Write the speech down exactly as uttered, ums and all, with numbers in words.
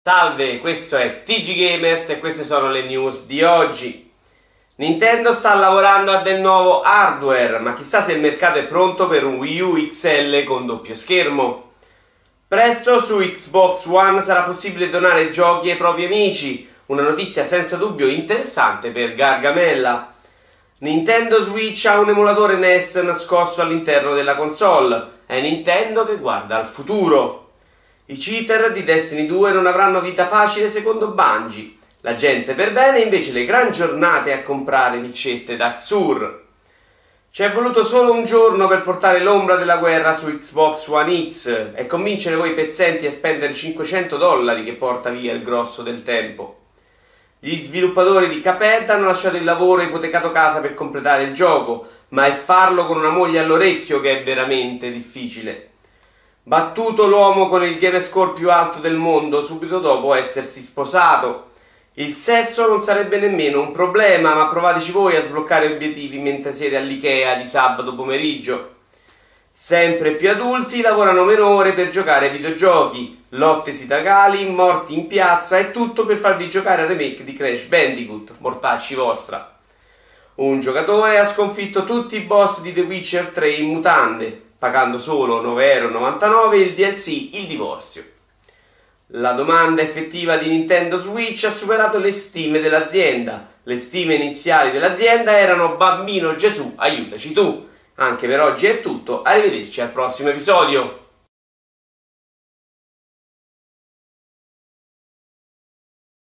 Salve, questo è T G Gamers e queste sono le news di oggi. Nintendo sta lavorando a del nuovo hardware, ma chissà se il mercato è pronto per un Wii U X L con doppio schermo. Presto su Xbox One sarà possibile donare giochi ai propri amici, una notizia senza dubbio interessante per Gargamella. Nintendo Switch ha un emulatore N E S nascosto all'interno della console, è Nintendo che guarda al futuro. I cheater di Destiny due non avranno vita facile secondo Bungie. La gente per bene invece le gran giornate a comprare micette da Xur. Ci è voluto solo un giorno per portare l'ombra della guerra su Xbox One X e convincere voi pezzenti a spendere cinquecento dollari che porta via il grosso del tempo. Gli sviluppatori di Cuphead hanno lasciato il lavoro e ipotecato casa per completare il gioco, ma è farlo con una moglie all'orecchio che è veramente difficile. Battuto l'uomo con il game score più alto del mondo subito dopo essersi sposato. Il sesso non sarebbe nemmeno un problema, ma provateci voi a sbloccare obiettivi mentre siete all'Ikea di sabato pomeriggio. Sempre più adulti lavorano meno ore per giocare ai videogiochi, lotte sindacali, morti in piazza e tutto per farvi giocare al remake di Crash Bandicoot, mortacci vostra. Un giocatore ha sconfitto tutti i boss di The Witcher tre in mutande, pagando solo nove e novantanove euro il D L C Il Divorzio. La domanda effettiva di Nintendo Switch ha superato le stime dell'azienda. Le stime iniziali dell'azienda erano "Bambino Gesù, aiutaci tu". Anche per oggi è tutto, arrivederci al prossimo episodio.